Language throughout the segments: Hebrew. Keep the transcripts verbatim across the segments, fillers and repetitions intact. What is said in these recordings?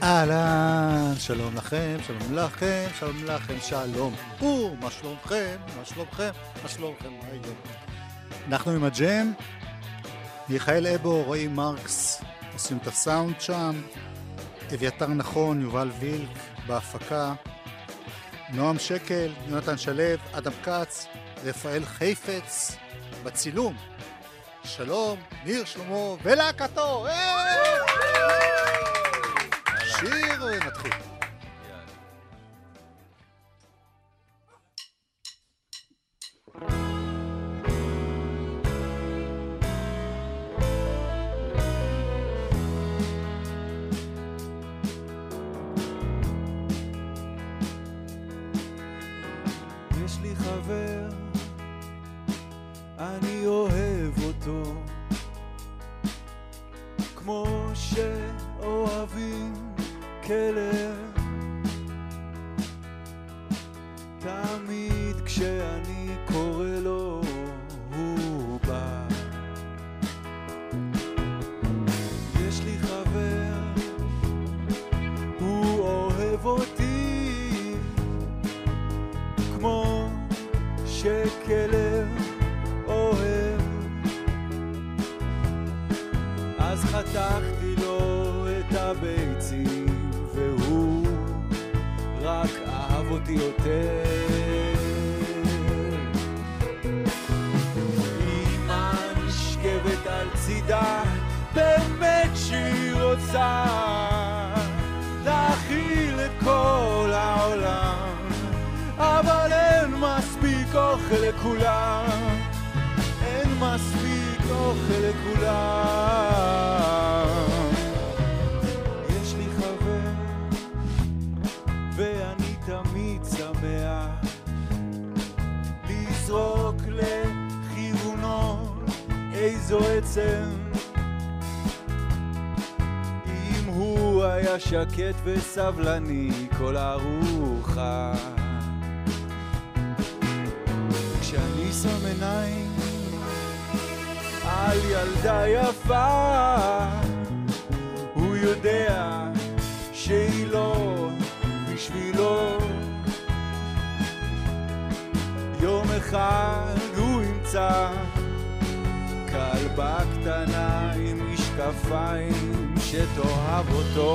אהלן, שלום לכם, שלום לכם, שלום לכם, שלום. או, מה שלומכם, מה שלומכם, מה שלומכם היום. אנחנו עם הג'ם, מיכאל אבו, רועי מרקס, עושים את הסאונד שם, אביתר נכון, יובל וילק, בהפקה, נועם שקל, יונתן שלב, אדם קץ, רפאל חיפץ, בצילום. שלום, ניר שלמה ולהקתו. שיר ונתחיל. יש לי חבר, אני אוהב אותו כמו שאוהבים כלב. תמיד כשאני קורא לו הוא בא. יש לי חבר, הוא אוהב אותי כמו שכלב אוהב. אז חתכתי לו את הביצים והוא רק אהב אותי יותר. אמא נשכבת על צידה, באמת שהיא רוצה להכיל את כל העולם, אבל אין מספיק אוכל לכולם, אין מספיק אוכל לכולם. יש לי חבר ואני תמיד שמח לזרוק לכיוונו איזו עצם. אם הוא היה שקט וסבלני כל ארוחה, כשאני שם עיניים על ילדה יפה, הוא יודע שהיא לא בשבילו. יום אחד הוא ימצא כלבה קטנה עם משקפיים שתאהב אותו.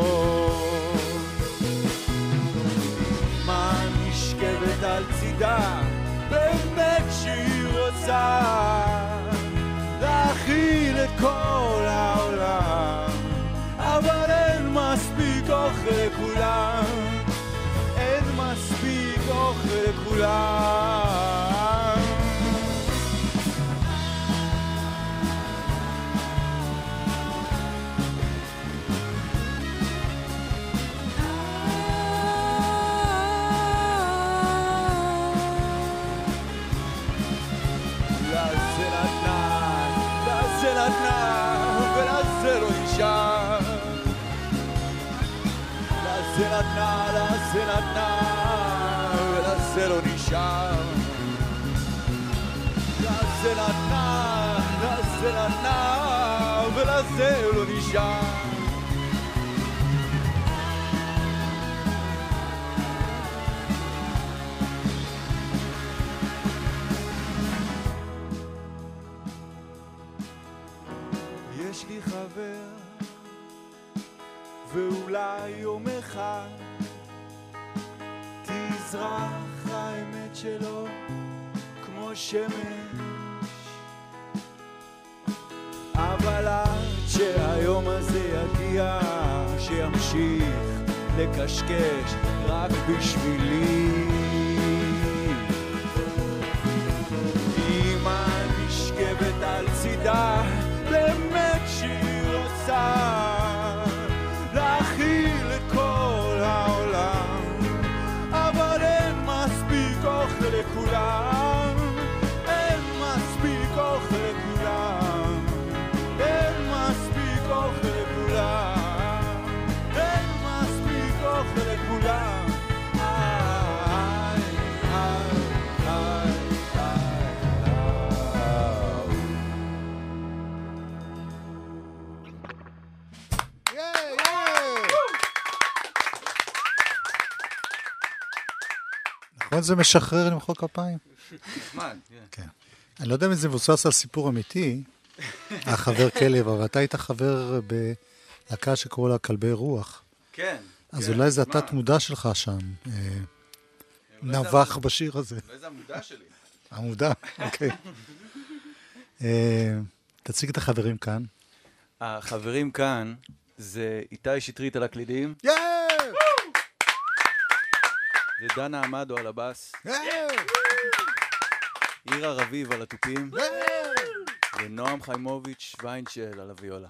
מה נשכבת על צידה, באמת שהיא רוצה להכיל את כל העולם, אבל אין מספיק אוכל לכולם, אין מספיק אוכל לכולם. ולזה לא אישה, לזה נתנה, לזה נתנה, ולזה לא נשאר. לזה נתנה, לזה נתנה, ולזה לא נשאר. יש לי חבר, ואולי יום אחד תזרח האמת שלו כמו שמש, אבל עד שהיום הזה יגיע, שימשיך לקשקש רק בשבילי. אמא נשכבת על צידה, באמת שהיא רוצה להכיל את כל העולם, אבל אין מספיק אוכל לכולם, אין מספיק אוכל לכולם, אין מספיק אוכל לכולם, אין מספיק אוכל לכולם. נכון, זה משחרר למחוא כפיים? נחמד, כן. כן. אני לא יודע אם זה מבוסס על סיפור אמיתי, החבר כלב, אבל אתה היית חבר בלהקה שקורא לה כלבי רוח. כן. אז אולי זה התת מודע שלך שם, נבח בשיר הזה. אולי זה המודע שלי. המודע, אוקיי. תציג את החברים כאן. החברים כאן זה איתי שטרית על הקלידים. יאו! ודנה עמדו על הבאס. עירה רביב על התופים. ונועם חיימוביץ' ויינשל על הוויולה.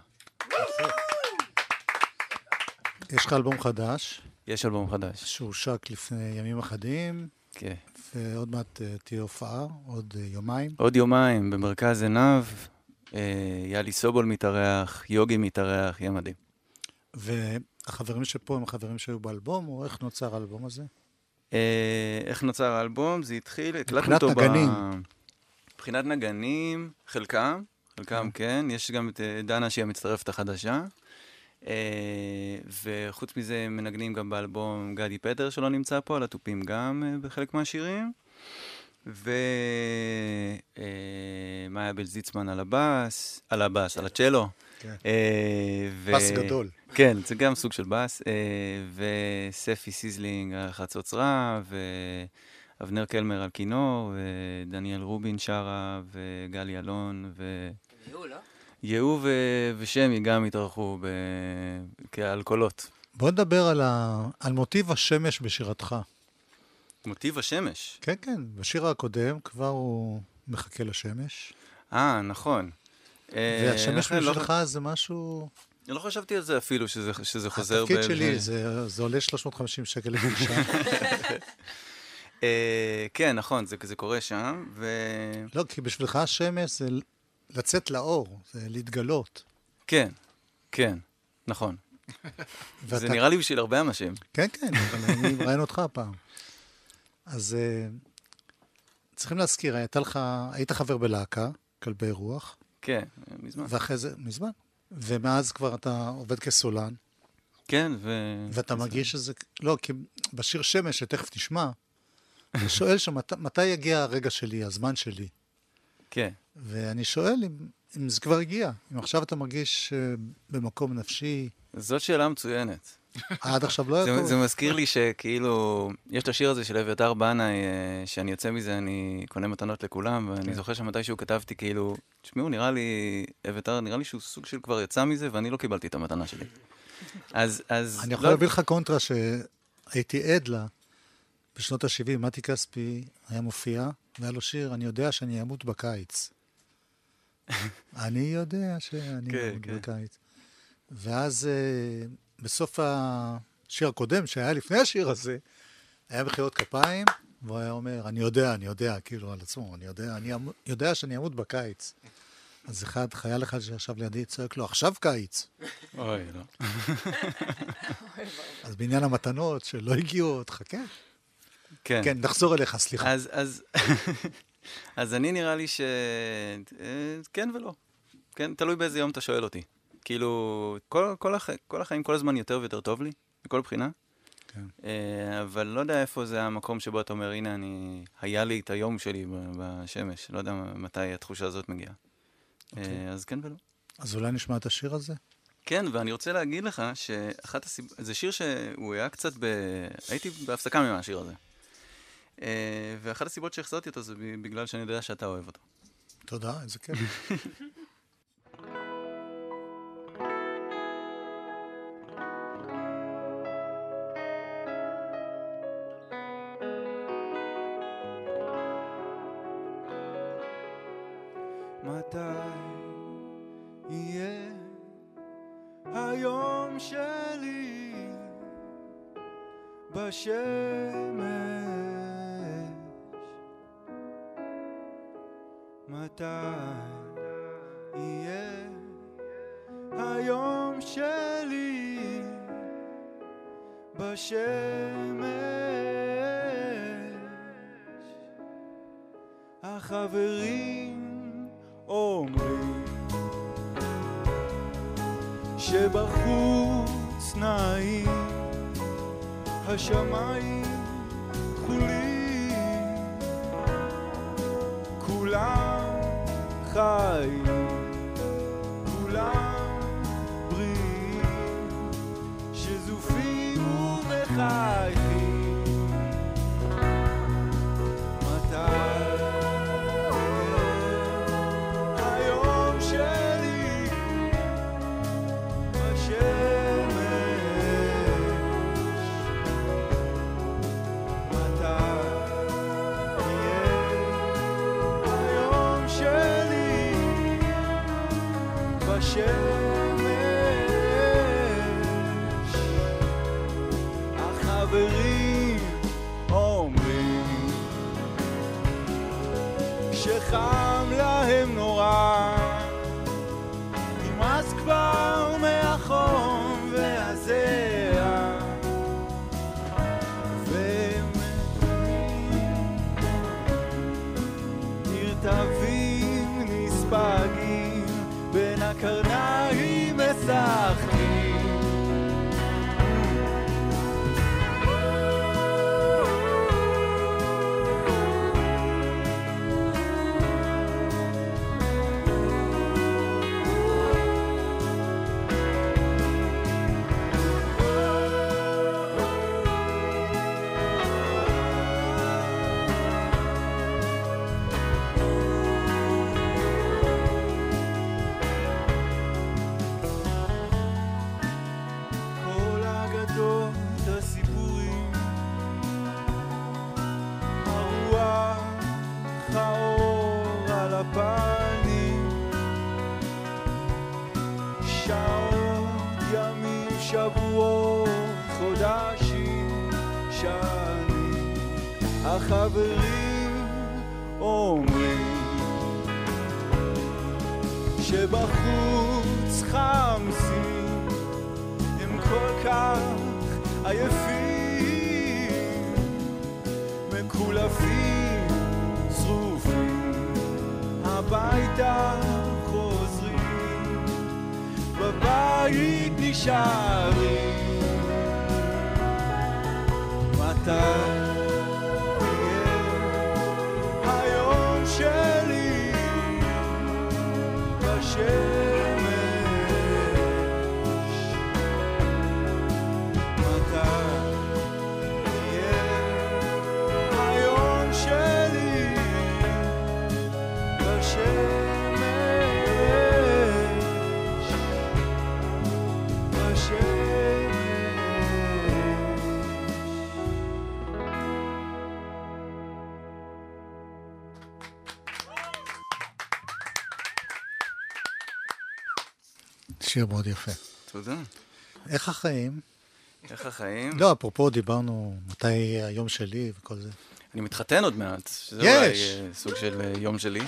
יש לך אלבום חדש. יש אלבום חדש. שהושק לפני ימים אחדים. כן. ועוד מעט תהיה הופעה, עוד יומיים. עוד יומיים, במרכז עיניו. יאלי סובול מתארח, יוגי מתארח, יהיה מדהים. והחברים שפה הם החברים שהיו באלבום, או איך נוצר האלבום הזה? איך נוצר האלבום? זה התחיל, מבחינת נגנים. מבחינת נגנים, חלקם, חלקם כן. יש גם את דנה שהיא המצטרפת החדשה. וחוץ מזה מנגנים גם באלבום גדי פטר שלא נמצא פה, על התופים גם בחלק מהשירים. ומאיה בלזיצמן על הבאס, על הבאס, על הצ'לו. בס גדול. כן, זה גם סוג של בס. וספי סיזלינג על חצוצרה, ואבנר קלמר על כינור, ודניאל רובין שרה, וגלי אלון, ו... יהוא, לא? יהוא ושמי גם התארחו כאלכולות. בוא נדבר על מוטיב השמש בשירתך. מוטיב השמש? כן, כן. בשיר הקודם כבר הוא מחכה לשמש. אה, נכון. והשמש בשבילך זה משהו... אני לא חשבתי על זה אפילו, שזה חוזר... התפקיד שלי, זה עולה שלוש מאות וחמישים שקל לפגישה. כן, נכון, זה קורה שם, ו... לא, כי בשבילך השמש זה לצאת לאור, זה להתגלות. כן, כן, נכון. זה נראה לי בשביל הרבה אנשים. כן, כן, אבל אני ראיין אותך הפעם. אז צריכים להזכיר, היית חבר בלהקה, כלבי רוח. כן, מזמן. ואחרי זה, מזמן. ומאז כבר אתה עובד כסולן. כן, ו... ואתה מרגיש שזה... לא, כי בשיר שמש, שתכף תשמע, אני שואל שמתי יגיע הרגע שלי, הזמן שלי. כן. ואני שואל אם, אם זה כבר הגיע. אם עכשיו אתה מרגיש במקום נפשי... זאת שאלה מצוינת. עד עכשיו לא היה טוב. זה מזכיר לי שכאילו, יש את השיר הזה של אביתר בנאי, שאני יוצא מזה, אני קונה מתנות לכולם, ואני זוכר שמתישהו כתבתי כאילו, תשמעו, נראה לי, אביתר, נראה לי שהוא סוג של כבר יצא מזה, ואני לא קיבלתי את המתנה שלי. אז, אז... אני יכול להביא לך קונטרה שהייתי עד לה, בשנות ה-שבעים, מתי כספי היה מופיע, והיה לו שיר, אני יודע שאני אמות בקיץ. אני יודע שאני אמות בקיץ. ואז... בסוף השיר הקודם, שהיה לפני השיר הזה, היה מחיאות כפיים, והוא היה אומר, אני יודע, אני יודע, כאילו על עצמו, אני יודע, אני יודע שאני אמות בקיץ. אז אחד, חייל אחד שישב לידי, צועק לו, עכשיו קיץ. אוי, לא. אז בעניין המתנות שלא הגיעו, עוד חכה. כן. כן, נחזור אליך, סליחה. אז, אז, אז אני נראה לי ש... כן ולא. כן, תלוי באיזה יום אתה שואל אותי. כאילו, כל, כל, הח... כל החיים כל הזמן יותר ויותר טוב לי, בכל בחינה. כן. אבל לא יודע איפה זה המקום שבו אתה אומר, הנה, אני... היה לי את היום שלי בשמש. לא יודע מתי התחושה הזאת מגיעה. Okay. אז כן ולא. אז אולי נשמע את השיר הזה? כן, ואני רוצה להגיד לך שאחת הסיבות... זה שיר שהוא היה קצת ב... הייתי בהפסקה ממה השיר הזה. ואחת הסיבות שהחזרתי אותו זה בגלל שאני יודע שאתה אוהב אותו. תודה, איזה כיף. מתי יהיה היום שלי בשמש? מתי יהיה היום שלי בשמש? החברים אומרים שבחוץ נעים, השמיים כחולים, החיים כולם בריאים שזופים ומחייכים מתי היום שלי בשמש מתי בשמש החברים אומרים שחם להם נורא נמאס כבר מהחום והזיעה והם נרטבים נספגים בין הקרניים משחקים שבועות, חודשים, שנים החברים אומרים שבחוץ חמסים הם כל כך עייפים מקולפים, שרופים הביתה חוזרים בבית נשארים מתי יהיה היום שלי בשמש מתי יהיה היום שלי בשמש שיר מאוד יפה. תודה. איך החיים? איך החיים? לא, אפרופו דיברנו מתי היום שלי וכל זה. אני מתחתן עוד מעט, שזה יש. אולי אה, סוג של אה, יום שלי.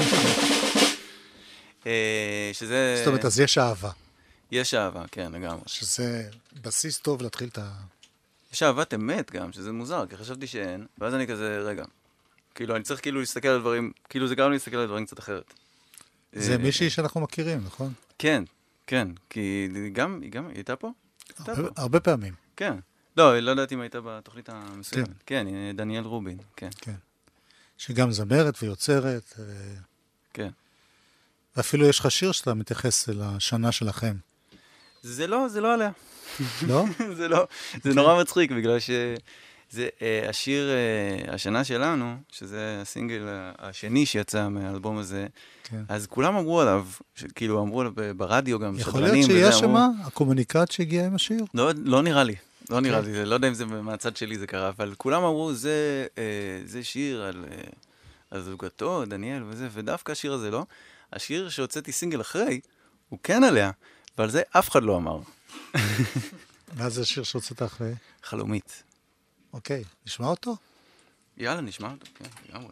אה, שזה... זאת אומרת, אז יש אהבה. יש אהבה, כן, לגמרי. שזה בסיס טוב להתחיל את ה... יש אהבת אמת גם, שזה מוזר, כי חשבתי שאין, ואז אני כזה, רגע, כאילו, אני צריך כאילו להסתכל על דברים, כאילו זה גרם לי להסתכל על דברים קצת אחרת. זה אה, מישהי שאנחנו מכירים, נכון? כן, כן, כי גם, היא גם, היא הייתה פה? הייתה הרבה- פה. הרבה פעמים, כן. לא, לא יודעת אם הייתה בתוכנית המסוימת. כן, היא דניאל רובין, כן, כן. שגם זמרת ויוצרת, ו- כן. ואפילו יש לך שיר שאתה מתייחס לשנה שלכם, זה לא, זה לא עליה. לא? זה לא, זה נורא מצחיק, בגלל שזה אה, השיר, אה, השנה שלנו, שזה הסינגל השני שיצא מהאלבום הזה, כן. אז כולם אמרו עליו, ש- כאילו אמרו עליו ב- ברדיו גם, יכול שדרנים, להיות וזה, שיש אמרו- שמה הקומוניקט שהגיע עם השיר? לא, לא נראה לי, לא נראה כן. לי, זה- לא יודע אם זה מהצד שלי זה קרה, אבל כולם אמרו, זה, אה, זה שיר על, אה, על זוגתו, דניאל וזה, ודווקא השיר הזה לא. השיר שהוצאתי סינגל אחרי, הוא כן עליה, ועל זה אף אחד לא אמר. מה זה השיר שהוצאת אחרי? חלומית. אוקיי, נשמע אותו? יאללה, נשמע אותו, כן, לגמרי.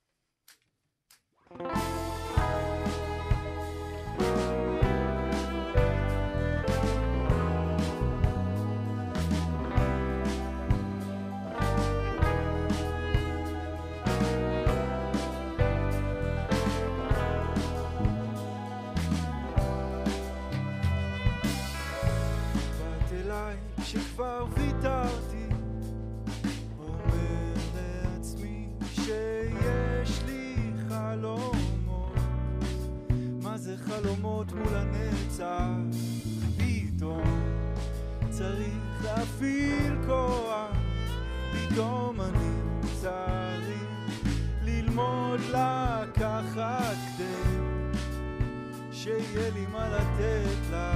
באת אליי כשכבר ויתרתי, אומר לעצמי שיש לי חלומות, חלומות מול הנצח, פתאום צריך להפעיל כוח, פתאום אני צריך ללמוד לקחת כדי שיהיה לי מה לתת לה.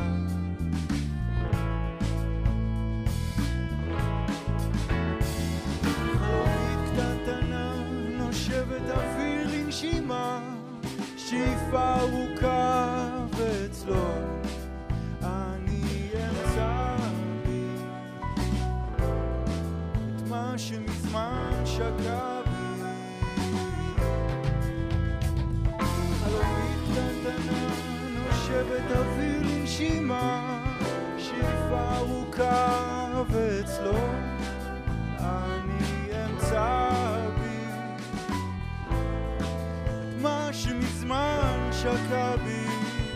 חלומית קטנטנה נושבת אוויר לנשימה, שאיפה ארוכה ואצלו אני אמצא בי את מה שמזמן שקע בי. חלומית קטנטנה נושבת אוויר לנשימה, שאיפה ארוכה ואצלו אני אמצא בי את מה שמזמן שקע בי.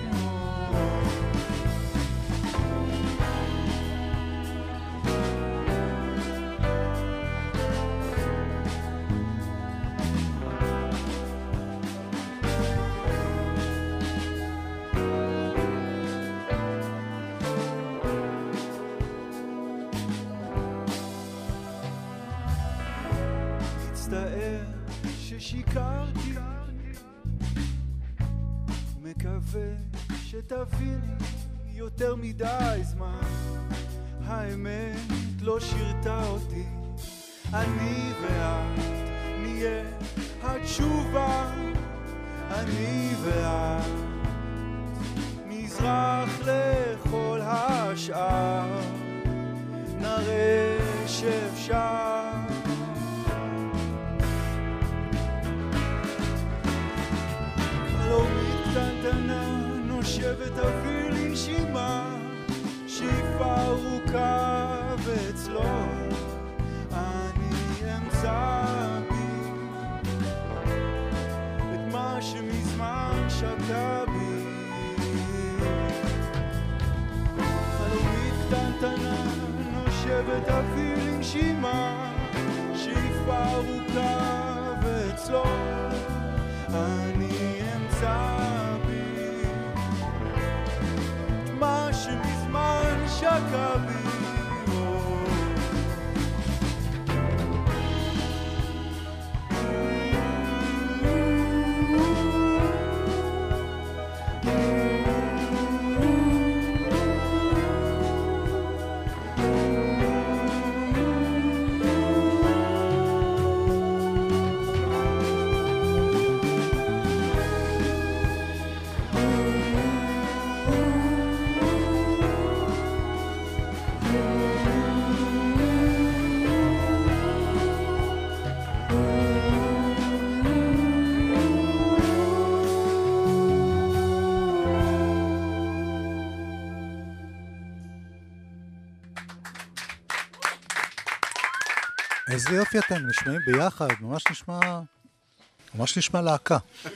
מצטער ששיקרתי, מקווה שתביני יותר מדי זמן, האמת לא שירתה אותי, אני ואת נהיה התשובה, אני ואת מזרח לכל השאר, נראה שאפשר. חלומית קטנטנה נושבת אוויר לנשימה, שאיפה ארוכה ואצלו אני אמצא בי את מה שמזמן שקע בי. חלומית קטנטנה נושבת אוויר לנשימה, שאיפה ארוכה ואצלו אני אמצא בי את מה שמזמן שקע בי. איזה יופי אתם נשמעים ביחד, ממש נשמע, ממש נשמע להקה.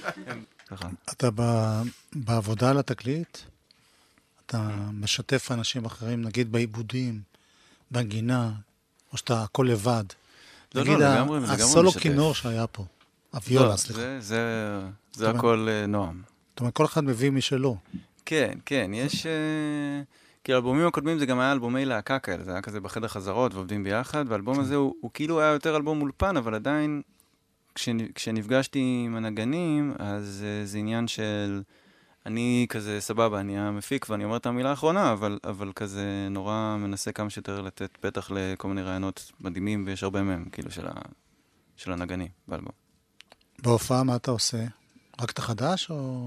אתה בעבודה על התקליט, אתה משתף אנשים אחרים, נגיד בעיבודים, בנגינה, או שאתה הכל לבד. נגיד הסולו כינור שהיה פה, הוויולה, סליחה. זה הכל נועם. זאת אומרת, כל אחד מביא משלו. כן, כן, יש... כי האלבומים הקודמים זה גם היה אלבומי להקה כאלה, זה היה כזה בחדר חזרות ועובדים ביחד, והאלבום הזה הוא, הוא כאילו היה יותר אלבום אולפן, אבל עדיין כשנפגשתי עם הנגנים, אז זה עניין של, אני כזה סבבה, אני המפיק ואני אומר את המילה האחרונה, אבל, אבל כזה נורא מנסה כמה שיותר לתת פתח לכל מיני רעיונות מדהימים, ויש הרבה מהם, כאילו של, ה, של הנגנים באלבום. בהופעה מה אתה עושה? רק את החדש או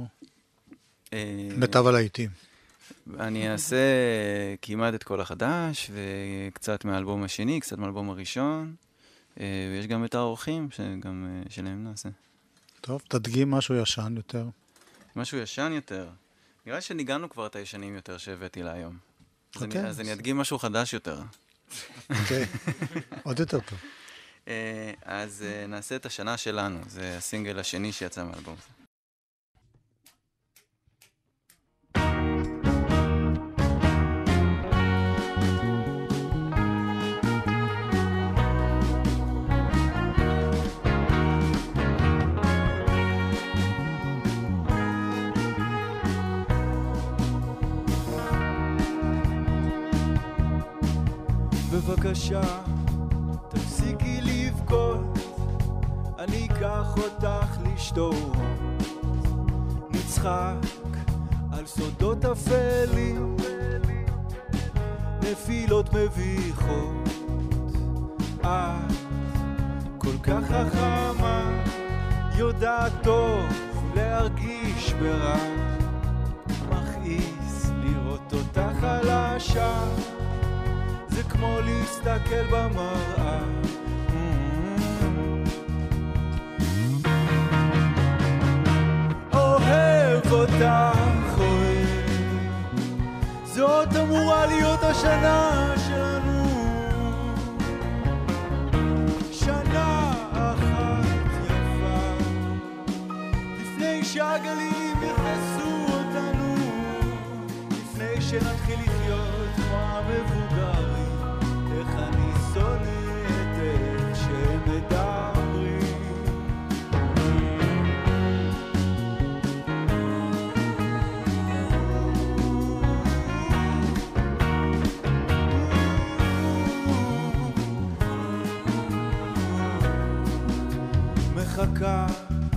מיטב הלהיטים? אני אעשה כמעט את כל החדש, וקצת מהאלבום השני, קצת מהאלבום הראשון, ויש גם את האורחים שגם שלהם נעשה. טוב, תדגים משהו ישן יותר. משהו ישן יותר. נראה שניגענו כבר את הישנים יותר שהבאתי להיום. אז, okay. אני, אז אני אדגים משהו חדש יותר. אוקיי, עוד יותר טוב. אז נעשה את השנה שלנו, זה הסינגל השני שיצא מהאלבום הזה. בבקשה, תפסיקי לבכות, אני אקח אותך לשתות, נצחק על סודות אפלים, נפילות מביכות. את כל כך חכמה, יודעת טוב להרגיש ברע, מכעיס לראות אותך חלשה, זה כמו להסתכל במראה. אוהב אותך אוהב, זאת אמורה להיות השנה שלנו, שנה אחת יפה, לפני שהגלים יכנסו אותנו, לפני שנתחיל לחיות כמו המבוגרים, איך אני שונא את איך שהם מדברים. מחכה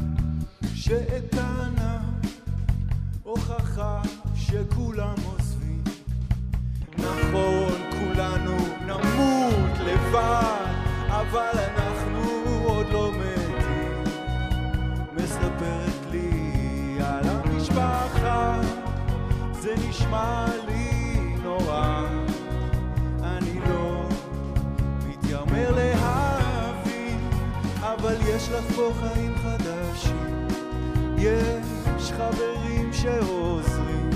שאתנה הוכחה שכולם עוזבים, נכון כולנו נמות לבד, אבל אנחנו עוד לא מתים. מספרת לי על המשפחה, זה נשמע לי נורא, אני לא מתיימר להבין, אבל יש לך פה חיים חדשים, יש חברים שעוזרים.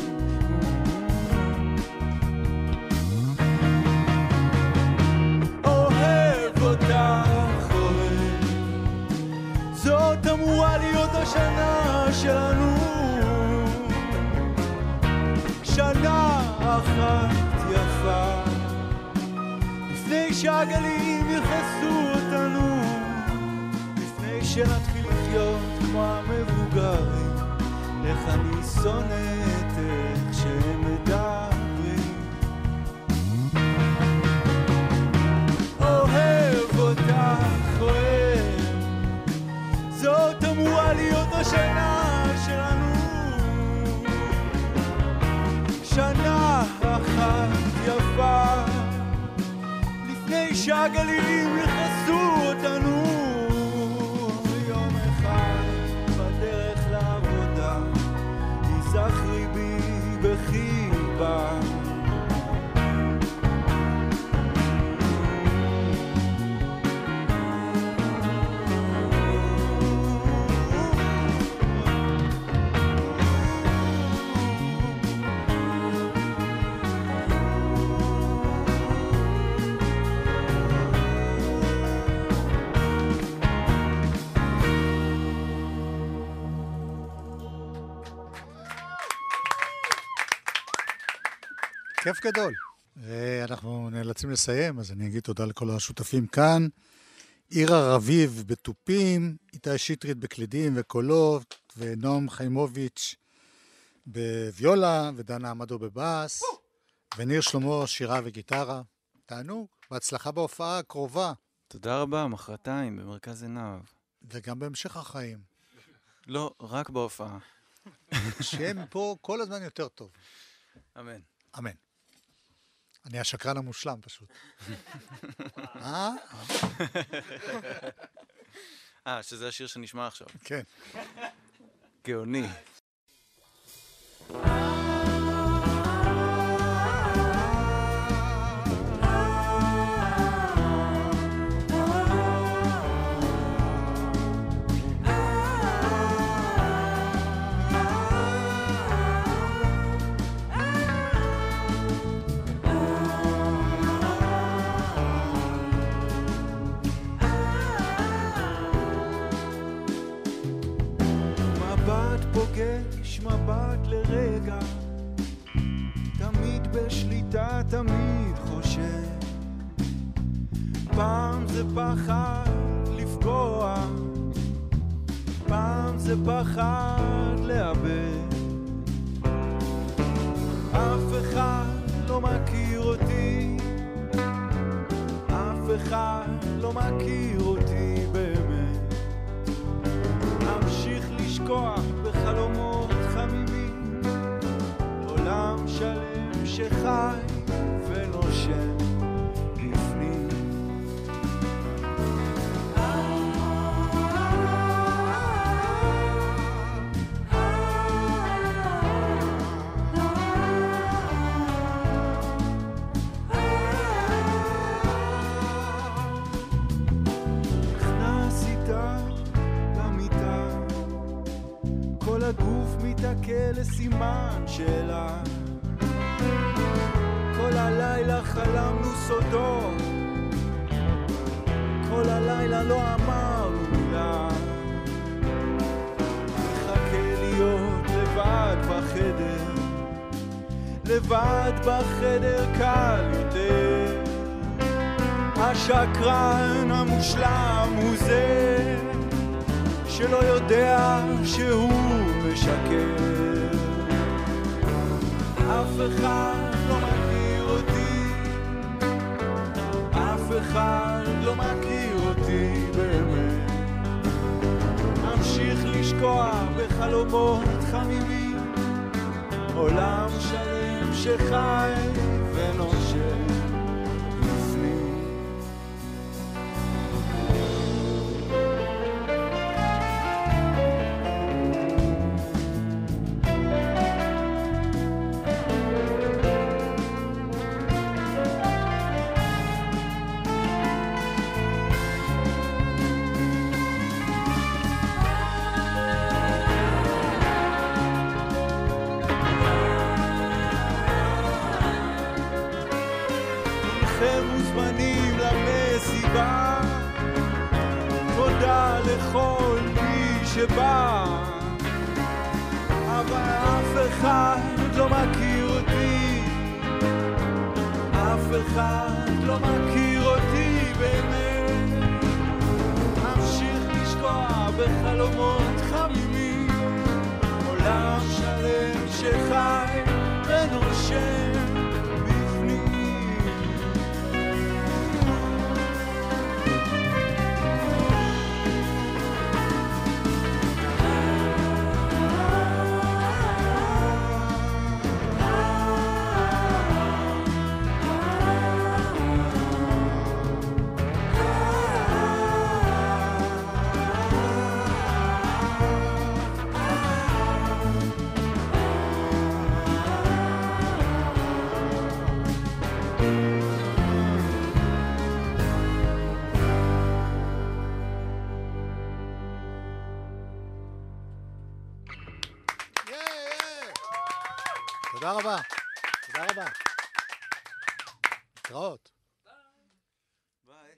אוהב אותך אוהב, זאת אמורה להיות השנה שלנו, שנה אחת יפה, לפני שהגלים יכנסו אותנו, לפני שנתחיל לחיות כמו המבוגרים, איך אני שונא את איך שהם מדברים. אוהב אותך אוהב, זאת אמורה להיות השנה שלנו, שנה אחת יפה, לפני שהגלים יכנסו אותנו, יום אחד בדרך לעבודה תיזכרי בי בחיבה. כיף גדול. אנחנו נאלצים לסיים, אז אני אגיד תודה לכל השותפים כאן. עירה רביב בטופים, איתי שטרית בקלידים וקולות, ונועם חיימוביץ' בוויולה, ודנה עמדו בבאס, וניר שלמה שירה וגיטרה. תענוג, בהצלחה בהופעה הקרובה. תודה רבה, מחרתיים במרכז עיניו. וגם בהמשך החיים. לא, רק בהופעה. שיהיה מפה כל הזמן יותר טוב. אמן. אמן. אני השקרן המושלם פשוט. אה? אה, שזה השיר שנשמע עכשיו. כן. גאוני. פוגש מבט לרגע, תמיד בשליטה, תמיד חושב, פעם זה פחד לפגוע, פעם זה פחד לאבד, אף אחד לא מכיר אותי, אחד לא מכיר אותי באמת. אמשיך לשכוח בחלומות חמימים, עולם שלם שחי ונושם בפנים. נכנס איתה למיטה, כל הגוף מתעכל לסימן שאלה. כל הלילה חלמנו סודות, כל הלילה לא אמרנו מילה. מחכה להיות לבד בחדר, לבד בחדר קל יותר. השקרן המושלם הוא זה שלא יודע שהוא משקר. אף אחד לא מכיר אותי, אף אחד לא מכיר אותי באמת. אמשיך לשקוע בחלומות חמימים, עולם שלם שחי ונושם בפנים. מוזמנים למסיבה, תודה לכל מי שבא, אבל אף אחד לא מכיר אותי, אף אחד לא מכיר אותי באמת. אמשיך לשקוע בחלומות חמימים, עולם שלם שחי ונושם בפנים. תודה רבה, תודה רבה. להתראות. ביי.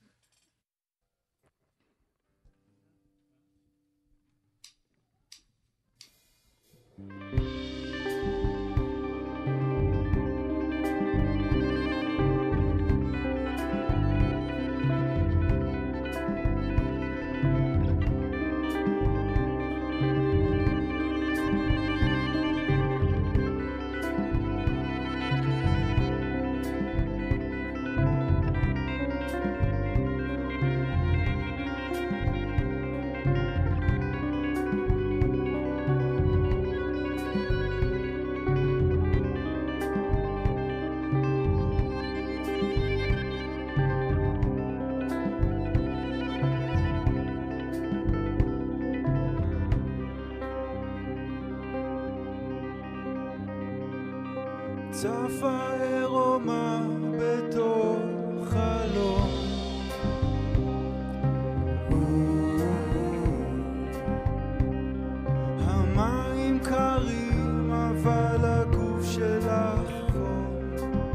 צפה עירומה בתוך חלום, המים קרים אבל הגוף שלך חום,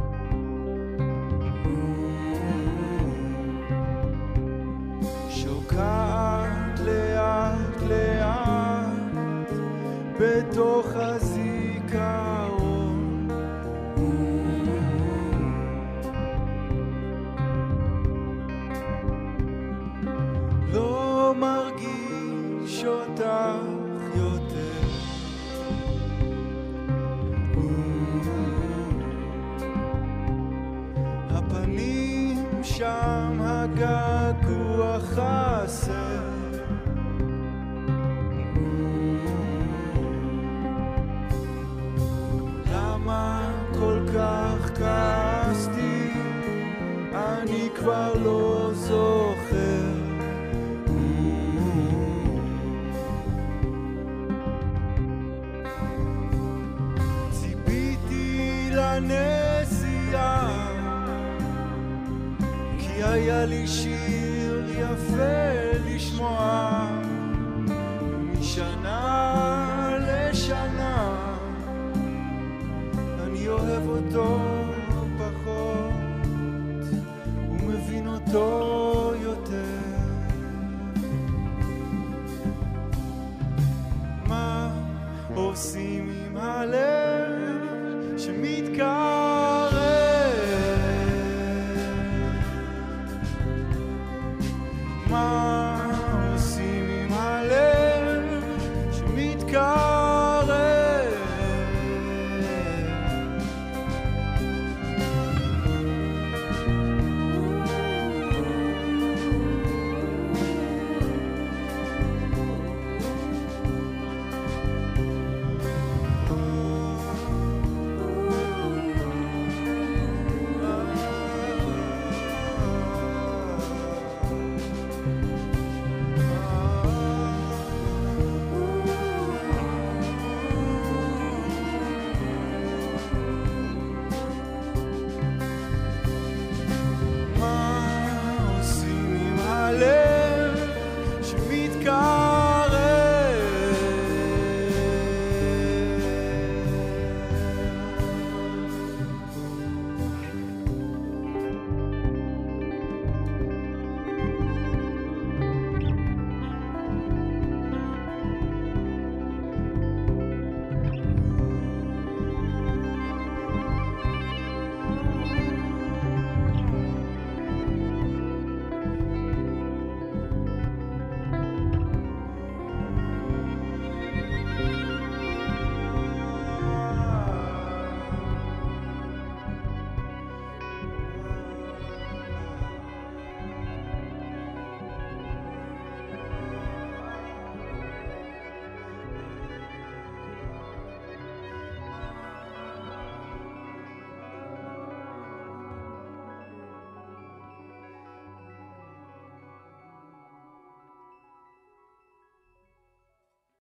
שוקעת לאט לאט בתוך הזיכרון. כבר לא זוכר. ציפיתי לנסיעה, כי היה לי שיר יפה לשמוע, משנה לשנה אני אוהב אותו פחות ומבין אותו יותר. מה עושים עם הלב שמתקרב? מה עושים עם הלב שמתקרב? מה עושים עם הלב שמתקרב?